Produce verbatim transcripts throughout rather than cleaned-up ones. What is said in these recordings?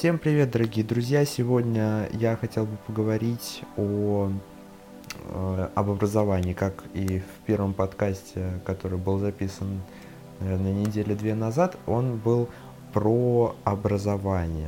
Всем привет, дорогие друзья! Сегодня я хотел бы поговорить о, э, об образовании, как и в первом подкасте, который был записан, наверное, недели две назад, он был про образование.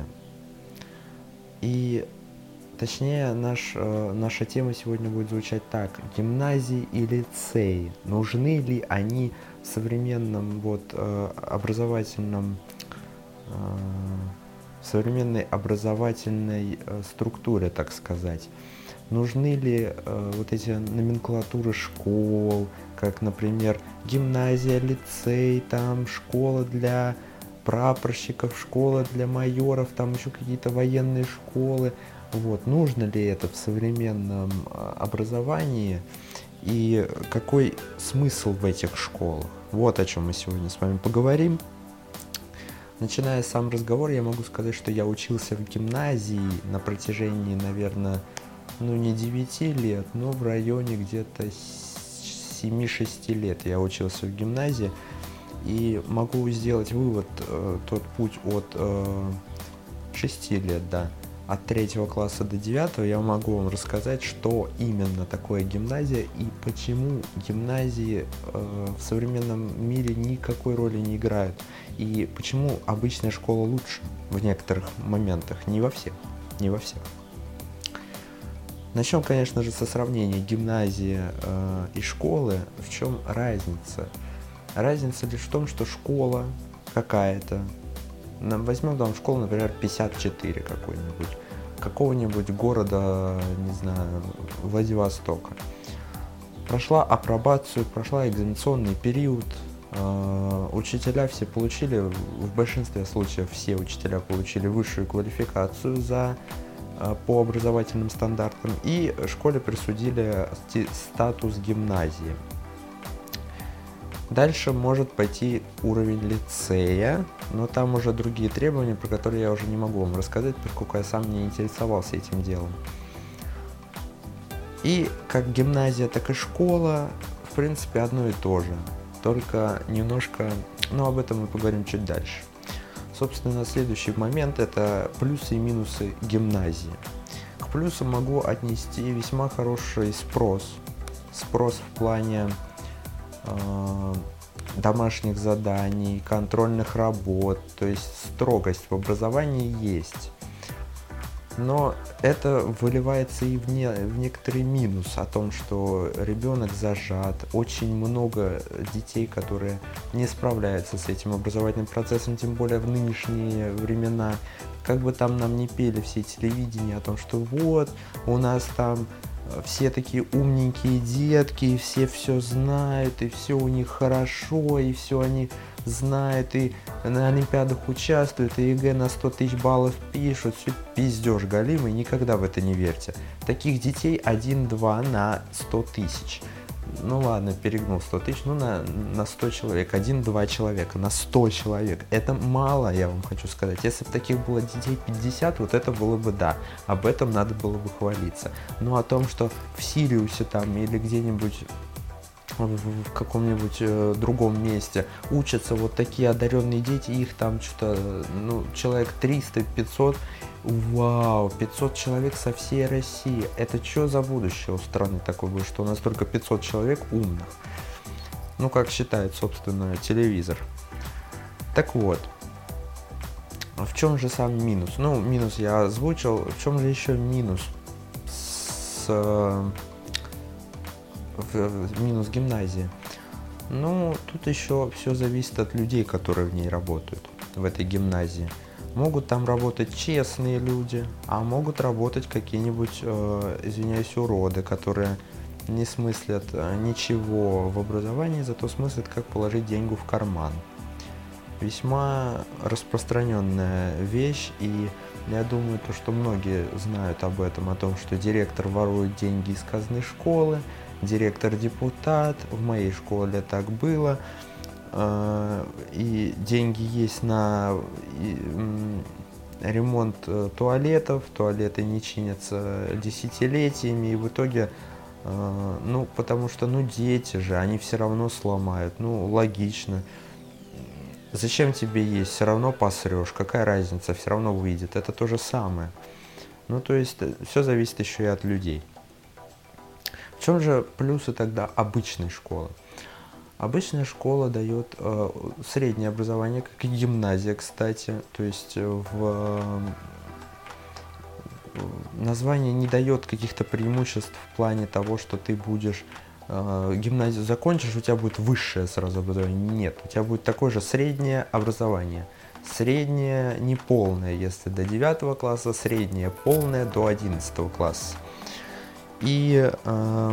И точнее, наш, э, наша тема сегодня будет звучать так: гимназии и лицеи. Нужны ли они в современном вот, э, образовательном э, в современной образовательной э, структуре, так сказать? Нужны ли э, вот эти номенклатуры школ, как, например, гимназия, лицей, там школа для прапорщиков, школа для майоров, там еще какие-то военные школы. Вот. Нужно ли это в современном э, образовании и какой смысл в этих школах? Вот о чем мы сегодня с вами поговорим. Начиная сам разговор, я могу сказать, что я учился в гимназии на протяжении, наверное, ну не девяти лет, но в районе где-то семи-шести лет я учился в гимназии. И могу сделать вывод, э, тот путь от э, шести лет, да, от третьего класса до девятого, я могу вам рассказать, что именно такое гимназия и почему гимназии э, в современном мире никакой роли не играют. И почему обычная школа лучше в некоторых моментах, не во всех, не во всех. Начнем, конечно же, со сравнения гимназии э, и школы. В чем разница? Разница лишь в том, что школа какая-то, возьмем там школу, например, пятьдесят четыре какой-нибудь, какого-нибудь города, не знаю, Владивостока. Прошла апробацию, прошла экзаменационный период, э, учителя все получили, в большинстве случаев все учителя получили высшую квалификацию за, э, по образовательным стандартам, и школе присудили статус гимназии. Дальше может пойти уровень лицея, но там уже другие требования, про которые я уже не могу вам рассказать, поскольку я сам не интересовался этим делом. И как гимназия, так и школа, в принципе, одно и то же, только немножко, но об этом мы поговорим чуть дальше. Собственно, следующий момент – это плюсы и минусы гимназии. К плюсам могу отнести весьма хороший спрос. Спрос в плане домашних заданий, контрольных работ, то есть строгость в образовании есть. Но это выливается и в, не, в некоторый минус о том, что ребенок зажат, очень много детей, которые не справляются с этим образовательным процессом, тем более в нынешние времена. Как бы там нам не пели все телевидения о том, что вот, у нас там все такие умненькие детки, и все все знают, и все у них хорошо, и все они знают, и на олимпиадах участвуют, и ЕГЭ на сто тысяч баллов пишут, все пиздеж галимый, никогда в это не верьте. Таких детей один-два на сто тысяч. Ну ладно, перегнул сто тысяч, ну на, на сто человек, один-два человека на сто человек. Это мало, я вам хочу сказать. Если бы таких было детей пятьдесят, вот это было бы да, об этом надо было бы хвалиться. Но о том, что в Сириусе там или где-нибудь в каком-нибудь э, другом месте учатся вот такие одаренные дети, их там что-то, ну, человек триста-пятьсот, вау, пятьсот человек со всей России, это что за будущее у страны такое будет, что у нас только пятьсот человек умных, ну, как считает, собственно, телевизор. Так вот, в чем же сам минус? Ну, минус я озвучил, в чем же еще минус с... В минус гимназии? Ну, тут еще все зависит от людей, которые в ней работают, в этой гимназии. Могут там работать честные люди, а могут работать какие-нибудь, э, извиняюсь, уроды, которые не смыслят ничего в образовании, зато смыслят, как положить деньги в карман. Весьма распространенная вещь, и я думаю, то, что многие знают об этом, о том, что директор ворует деньги из казны школы, директор депутат, в моей школе так было, и деньги есть на ремонт туалетов, туалеты не чинятся десятилетиями, и в итоге, ну, потому что, ну, дети же, они все равно сломают, ну, логично. Зачем тебе есть? Все равно посрешь. Какая разница? Все равно выйдет. Это то же самое. Ну, то есть, все зависит еще и от людей. В чем же плюсы тогда обычной школы? Обычная школа дает э, среднее образование, как и гимназия, кстати. То есть в э, название не дает каких-то преимуществ в плане того, что ты будешь э, гимназию закончишь, у тебя будет высшее сразу образование. Нет, у тебя будет такое же среднее образование. Среднее не полное, если до девятого класса, среднее полное до одиннадцатого класса. И э,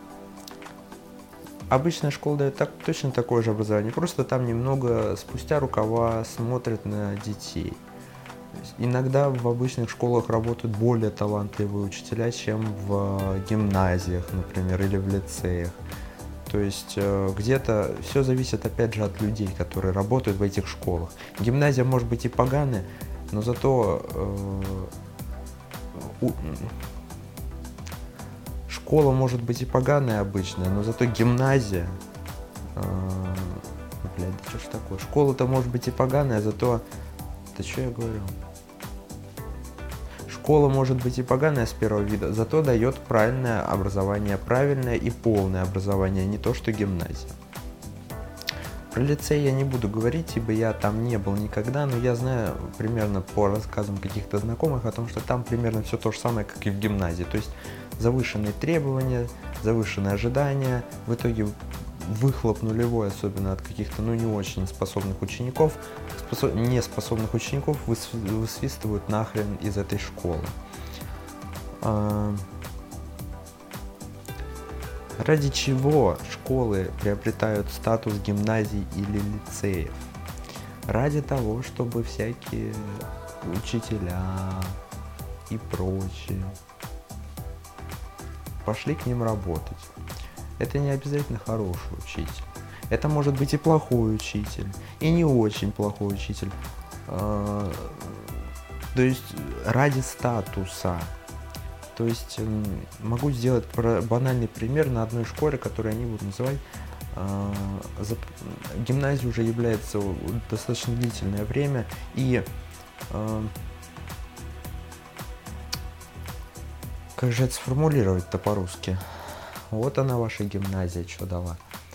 обычная школа дает так, точно такое же образование, просто там немного спустя рукава смотрят на детей. Иногда в обычных школах работают более талантливые учителя, чем в гимназиях, например, или в лицеях. То есть э, где-то все зависит опять же от людей, которые работают в этих школах. Гимназия может быть и поганая, но зато э, у, школа может быть и поганая обычная, но зато гимназия... Э, блядь, да что ж такое? Школа-то может быть и поганая, зато... Да что я говорю? Школа может быть и поганая с первого вида, зато дает правильное образование, правильное и полное образование, не то что гимназия. Про лицей я не буду говорить, ибо я там не был никогда, но я знаю примерно по рассказам каких-то знакомых о том, что там примерно все то же самое, как и в гимназии. То есть завышенные требования, завышенные ожидания, в итоге выхлоп нулевой, особенно от каких-то, ну, не очень способных учеников, способ... неспособных учеников выс... высвистывают нахрен из этой школы. А... Ради чего школы приобретают статус гимназий или лицеев? Ради того, чтобы всякие учителя и прочие пошли к ним работать. Это не обязательно хороший учитель. Это может быть и плохой учитель, и не очень плохой учитель. То есть ради статуса. То есть могу сделать банальный пример на одной школе, которую я не буду называть. Гимназия уже является достаточно длительное время, и как же это сформулировать-то по-русски? Вот она, ваша гимназия, что дала.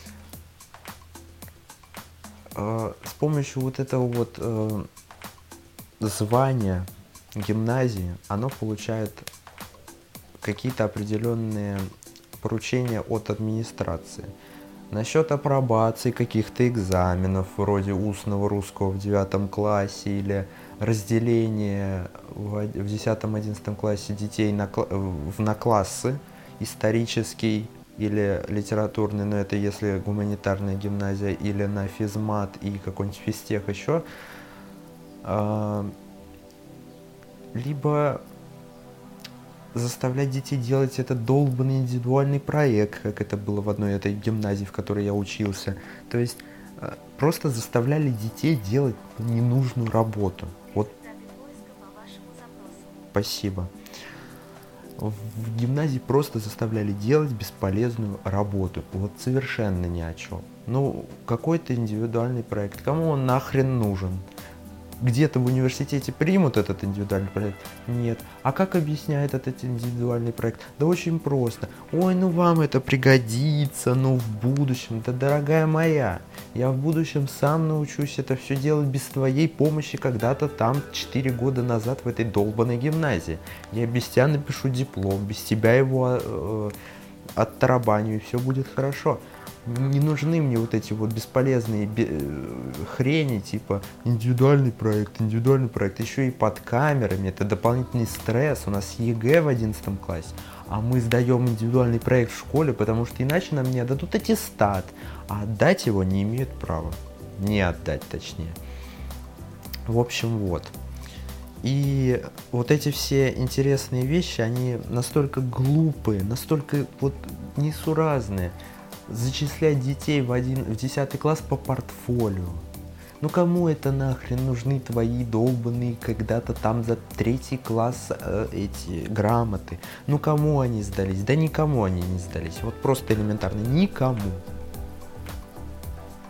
С помощью вот этого вот э, звания гимназии оно получает какие-то определенные поручения от администрации. Насчет апробации каких-то экзаменов, вроде устного русского в девятом классе или разделение в десятом-одиннадцатом классе детей на, в, на классы, исторический или литературный, но это если гуманитарная гимназия, или на физмат и какой-нибудь физтех еще, либо заставлять детей делать этот долбанный индивидуальный проект, как это было в одной этой гимназии, в которой я учился. То есть просто заставляли детей делать ненужную работу. Вот. Спасибо. В гимназии просто заставляли делать бесполезную работу. Вот совершенно ни о чем. Ну, какой-то индивидуальный проект. Кому он нахрен нужен? Где-то в университете примут этот индивидуальный проект? Нет. А как объясняет этот индивидуальный проект? Да очень просто. Ой, ну вам это пригодится, ну в будущем. Да, дорогая моя, я в будущем сам научусь это все делать без твоей помощи когда-то там четыре года назад в этой долбанной гимназии. Я без тебя напишу диплом, без тебя его э, оттарабаню, и все будет хорошо. Не нужны мне вот эти вот бесполезные хрени, типа индивидуальный проект, индивидуальный проект, еще и под камерами, это дополнительный стресс, у нас ЕГЭ в одиннадцатом классе, а мы сдаем индивидуальный проект в школе, потому что иначе нам не отдадут аттестат, а отдать его не имеют права, не отдать точнее. В общем, вот. И вот эти все интересные вещи, они настолько глупые, настолько вот несуразные. Зачислять детей в, один, в десятый класс по портфолио. Ну кому это нахрен нужны твои долбанные когда-то там за третий класс э, эти грамоты? Ну кому они сдались? Да никому они не сдались. Вот просто элементарно никому.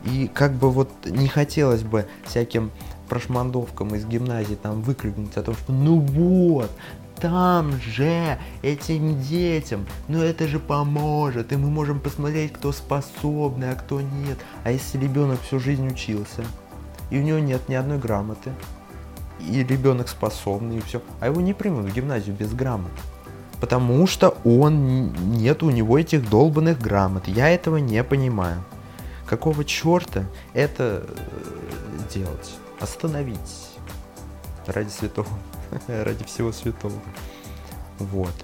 И как бы вот не хотелось бы всяким прошмандовкам из гимназии там выкрикнуть о том, что ну вот, там же этим детям, ну это же поможет, и мы можем посмотреть, кто способный, а кто нет. А если ребенок всю жизнь учился, и у него нет ни одной грамоты, и ребенок способный, и все, а его не примут в гимназию без грамот, потому что он, нет у него этих долбанных грамот. Я этого не понимаю. Какого черта это делать? Остановитесь. Ради святого. Ради всего святого. Вот.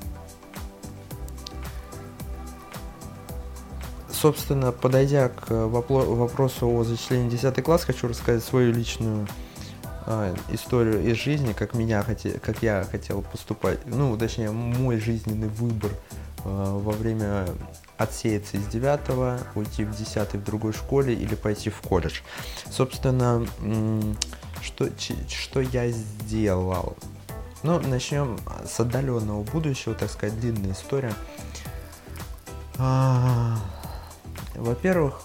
Собственно, подойдя к вопросу о зачислении в десятый класс, хочу рассказать свою личную а, историю из жизни, как меня хотел, как я хотел поступать. Ну, точнее, мой жизненный выбор а, во время отсеяться из девятого, уйти в десятый в другой школе или пойти в колледж. Собственно, что, что я сделал? Ну, начнем с отдаленного будущего, так сказать, длинная история. А, во-первых,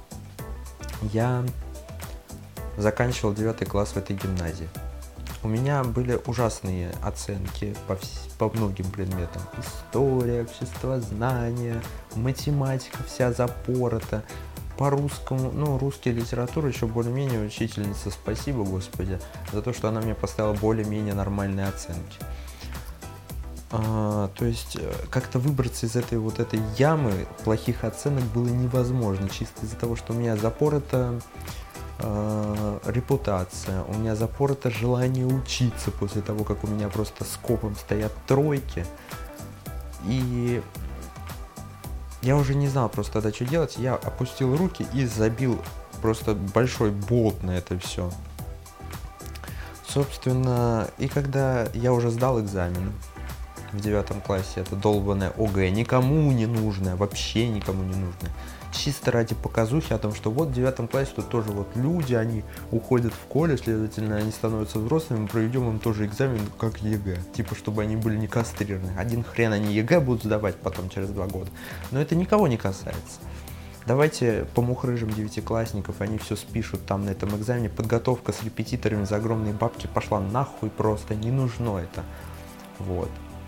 я заканчивал девятый класс в этой гимназии. У меня были ужасные оценки по, вс- по многим предметам. История, обществознание, математика вся запорота. По русскому, ну, русский литература еще более-менее учительница, спасибо, Господи, за то, что она мне поставила более-менее нормальные оценки. А, то есть как-то выбраться из этой вот этой ямы плохих оценок было невозможно, чисто из-за того, что у меня запорота э, репутация, у меня запорота желание учиться после того, как у меня просто скопом стоят тройки. И я уже не знал просто тогда, что делать. Я опустил руки и забил просто большой болт на это все. Собственно, и когда я уже сдал экзамен в девятом классе, это долбанное ОГЭ, никому не нужное, вообще никому не нужное. Чисто ради показухи о том, что вот в девятом классе тут тоже вот люди, они уходят в колледж, следовательно, они становятся взрослыми, мы проведем им тоже экзамен как ЕГЭ. Типа, чтобы они были не кастрированы. Один хрен они ЕГЭ будут сдавать потом через два года. Но это никого не касается. Давайте по мухрыжам девятиклассников, они все спишут там на этом экзамене. Подготовка с репетиторами за огромные бабки пошла нахуй просто, не нужно это. Вот.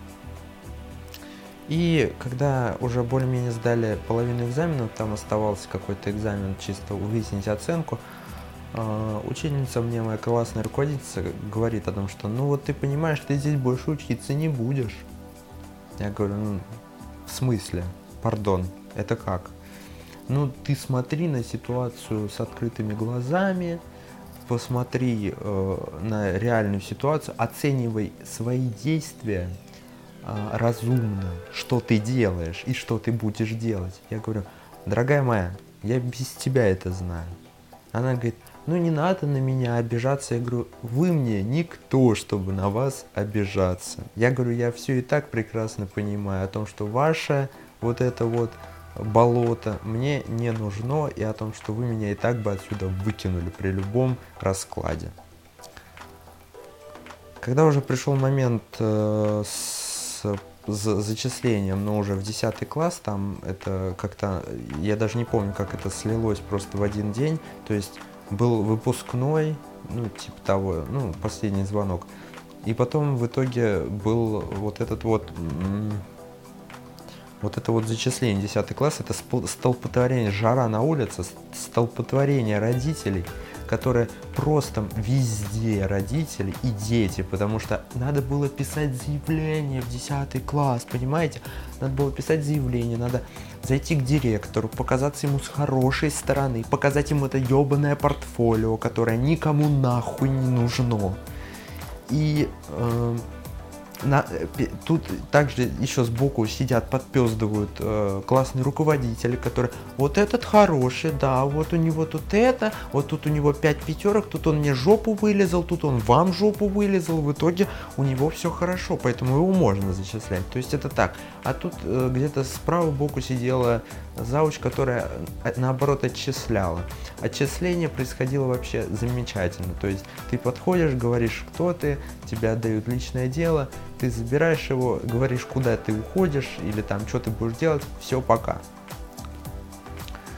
И когда уже более-менее сдали половину экзаменов, там оставался какой-то экзамен, чисто выяснить оценку, э, учительница мне, моя классная руководительница, говорит о том, что ну вот ты понимаешь, ты здесь больше учиться не будешь. Я говорю, ну в смысле? Пардон, это как? Ну ты смотри на ситуацию с открытыми глазами, посмотри э, на реальную ситуацию, оценивай свои действия разумно, что ты делаешь и что ты будешь делать. Я говорю, дорогая моя, я без тебя это знаю. Она говорит, ну не надо на меня обижаться. Я говорю, вы мне никто, чтобы на вас обижаться. Я говорю, я все и так прекрасно понимаю о том, что ваше вот это вот болото мне не нужно, и о том, что вы меня и так бы отсюда выкинули при любом раскладе. Когда уже пришел момент э, с с зачислением, но уже в десятый класс, там это как-то, я даже не помню, как это слилось просто в один день, то есть был выпускной, ну типа того, ну последний звонок, и потом в итоге был вот этот вот, вот это вот зачисление, десятый класс, это столпотворение, жара на улице, столпотворение родителей, которые просто везде родители и дети, потому что надо было писать заявление в десятый класс, понимаете? Надо было писать заявление, надо зайти к директору, показаться ему с хорошей стороны, показать ему это ебаное портфолио, которое никому нахуй не нужно. И э, на, тут также еще сбоку сидят, подпездывают э, классные руководители, которые вот этот хороший, да, вот у него тут это, вот тут у него пять пятерок, тут он мне жопу вылезал, тут он вам жопу вылезал, в итоге у него все хорошо, поэтому его можно зачислять. То есть это так. А тут э, где-то справа боку сидела зауч, которая наоборот отчисляла. Отчисление происходило вообще замечательно. То есть ты подходишь, говоришь, кто ты, тебе отдают личное дело, ты забираешь его, говоришь, куда ты уходишь или там, что ты будешь делать, все, пока.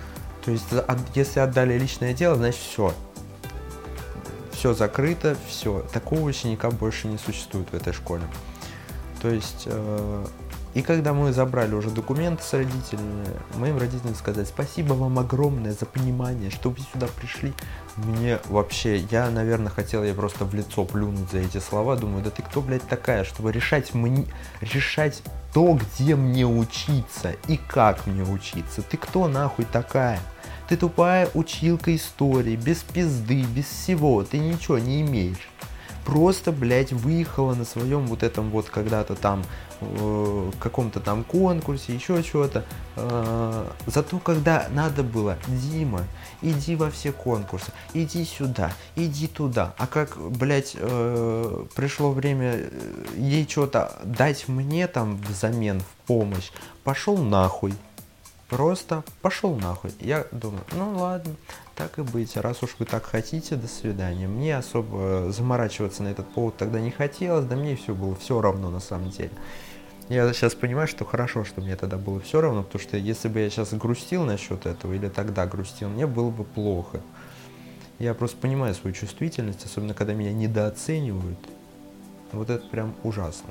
То есть, если отдали личное дело, значит все. Все закрыто, все. Такого ученика больше не существует в этой школе. То есть, э, и когда мы забрали уже документы с родителями, моим родителям сказали: спасибо вам огромное за понимание, что вы сюда пришли. Мне вообще, я, наверное, хотел ей просто в лицо плюнуть за эти слова. Думаю, да ты кто, блядь, такая, чтобы решать мне, решать то, где мне учиться и как мне учиться. Ты кто нахуй такая? Ты тупая училка истории, без пизды, без всего, ты ничего не имеешь. Просто, блядь, выехала на своем вот этом вот когда-то там э, каком-то там конкурсе, еще что-то. Э, зато когда надо было: Дима, иди во все конкурсы, иди сюда, иди туда. А как, блядь, э, пришло время ей что-то дать мне там взамен, в помощь, пошел нахуй. Просто пошел нахуй. Я думаю, ну ладно, так и быть, раз уж вы так хотите, до свидания. Мне особо заморачиваться на этот повод тогда не хотелось, да мне все было все равно на самом деле. Я сейчас понимаю, что хорошо, что мне тогда было все равно, потому что если бы я сейчас грустил насчет этого, или тогда грустил, мне было бы плохо. Я просто понимаю свою чувствительность, особенно когда меня недооценивают. Вот это прям ужасно.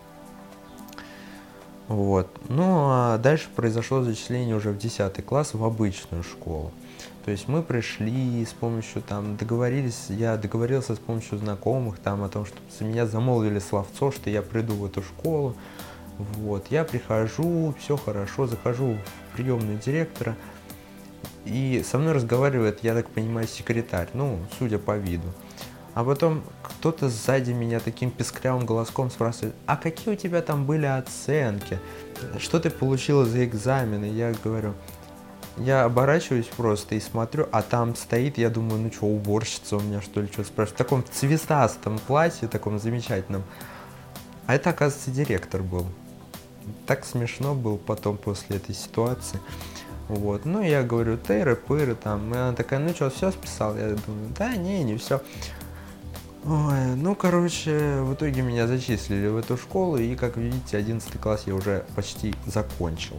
Вот. Ну а дальше произошло зачисление уже в десятый класс в обычную школу. То есть мы пришли с помощью, там, договорились, я договорился с помощью знакомых, там, о том, что за меня замолвили словцо, что я приду в эту школу. Вот. Я прихожу, все хорошо, захожу в приемную директора, и со мной разговаривает, я так понимаю, секретарь, ну, судя по виду. А потом кто-то сзади меня таким песклявым голоском спрашивает: а какие у тебя там были оценки? Что ты получила за экзамены? Я говорю, я оборачиваюсь просто и смотрю, а там стоит, я думаю, ну что, уборщица у меня что ли, что спрашивает, в таком цветастом платье, таком замечательном. А это, оказывается, директор был. Так смешно было потом после этой ситуации. Вот, ну я говорю, тыры-пыры там, и она такая: ну что, все списал? Я думаю, да не, не все. Ой, ну, короче, в итоге меня зачислили в эту школу, и, как видите, одиннадцатый класс я уже почти закончил.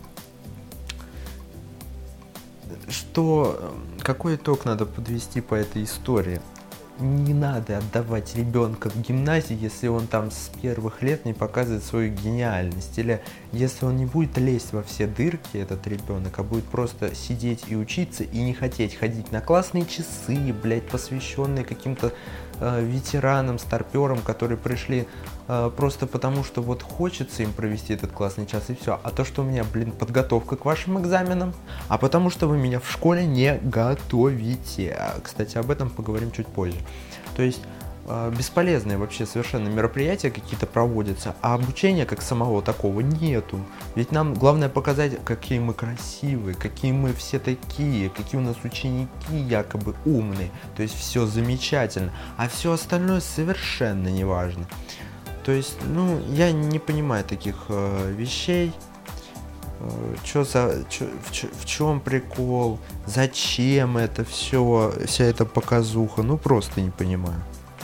Что, какой итог надо подвести по этой истории? Не надо отдавать ребенка в гимназию, если он там с первых лет не показывает свою гениальность. Или если он не будет лезть во все дырки, этот ребенок, а будет просто сидеть и учиться, и не хотеть ходить на классные часы, блядь, посвященные каким-то э, ветеранам, старперам, которые пришли э, просто потому, что вот хочется им провести этот классный час, и все. А то, что у меня, блин, подготовка к вашим экзаменам, а потому что вы меня в школе не готовите. А, кстати, об этом поговорим чуть позже. То есть э, бесполезные вообще совершенно мероприятия какие-то проводятся, а обучения как самого такого нету. Ведь нам главное показать, какие мы красивые, какие мы все такие, какие у нас ученики якобы умные. То есть все замечательно, а все остальное совершенно не важно. То есть, ну, я не понимаю таких э, вещей. Чё за, чё, в, чё, в чем прикол, зачем это все, вся эта показуха, ну просто не понимаю.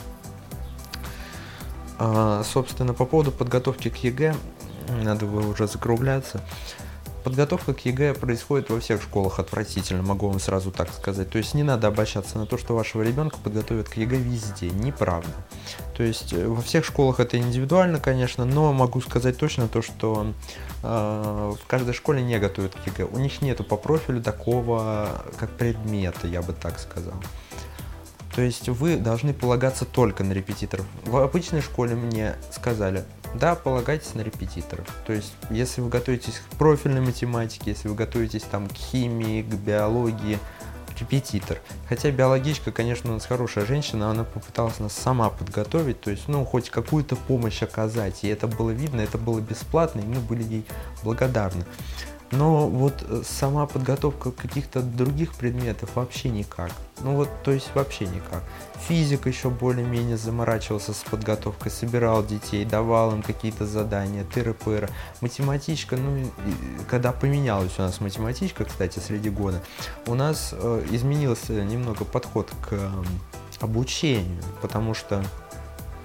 А, собственно, по поводу подготовки к ЕГЭ, надо было уже закругляться. Подготовка к ЕГЭ происходит во всех школах отвратительно, могу вам сразу так сказать. То есть не надо обольщаться на то, что вашего ребенка подготовят к ЕГЭ везде, неправда. То есть во всех школах это индивидуально, конечно, но могу сказать точно то, что э, в каждой школе не готовят к ЕГЭ. У них нету по профилю такого, как предмета, я бы так сказал. То есть вы должны полагаться только на репетиторов. В обычной школе мне сказали: да, полагайтесь на репетиторов. То есть, если вы готовитесь к профильной математике, если вы готовитесь там к химии, к биологии, репетитор. Хотя биологичка, конечно, у нас хорошая женщина, она попыталась нас сама подготовить, то есть, ну, хоть какую-то помощь оказать. И это было видно, это было бесплатно, и мы были ей благодарны. Но вот сама подготовка каких-то других предметов вообще никак. Ну вот, то есть вообще никак. Физик еще более-менее заморачивался с подготовкой, собирал детей, давал им какие-то задания, тыры-пыры. Математичка, ну, когда поменялась у нас математичка, кстати, среди года, у нас э, изменился немного подход к э, обучению, потому что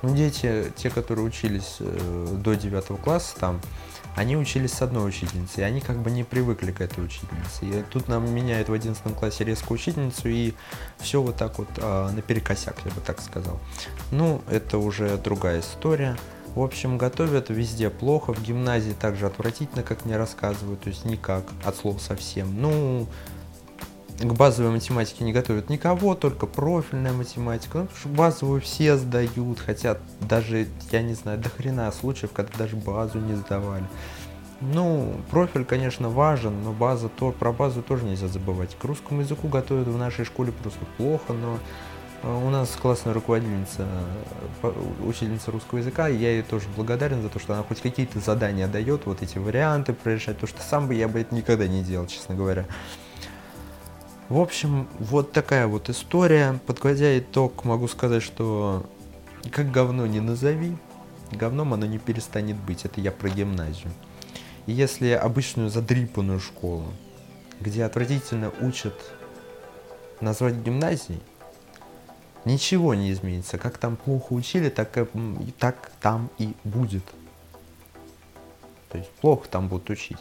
Ну, дети, те, которые учились э, до девятого класса там, они учились с одной учительницей, и они как бы не привыкли к этой учительнице. И тут нам меняют в одиннадцатом классе резко учительницу, и все вот так вот э, наперекосяк, я бы так сказал. Ну, это уже другая история. В общем, готовят везде плохо, в гимназии также отвратительно, как мне рассказывают, то есть никак, от слова совсем. Ну, к базовой математике не готовят никого, только профильная математика. Ну, потому что базовую все сдают, хотя даже, я не знаю, до хрена случаев, когда даже базу не сдавали. Ну, профиль, конечно, важен, но база, то, про базу тоже нельзя забывать. К русскому языку готовят в нашей школе просто плохо, но у нас классная руководительница, учительница русского языка, и я ей тоже благодарен за то, что она хоть какие-то задания дает, вот эти варианты прорешать, потому что сам бы я бы это никогда не делал, честно говоря. В общем, вот такая вот история. Подводя итог, могу сказать, что как говно не назови, говном оно не перестанет быть. Это я про гимназию. И если обычную задрипанную школу, где отвратительно учат назвать гимназией, ничего не изменится. Как там плохо учили, так, и, так там и будет. То есть плохо там будут учить.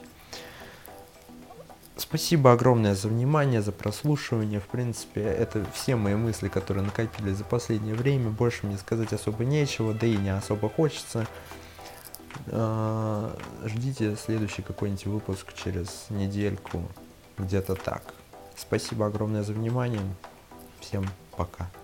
Спасибо огромное за внимание, за прослушивание. В принципе, это все мои мысли, которые накопились за последнее время. Больше мне сказать особо нечего, да и не особо хочется. Ждите следующий какой-нибудь выпуск через недельку, где-то так. Спасибо огромное за внимание. Всем пока.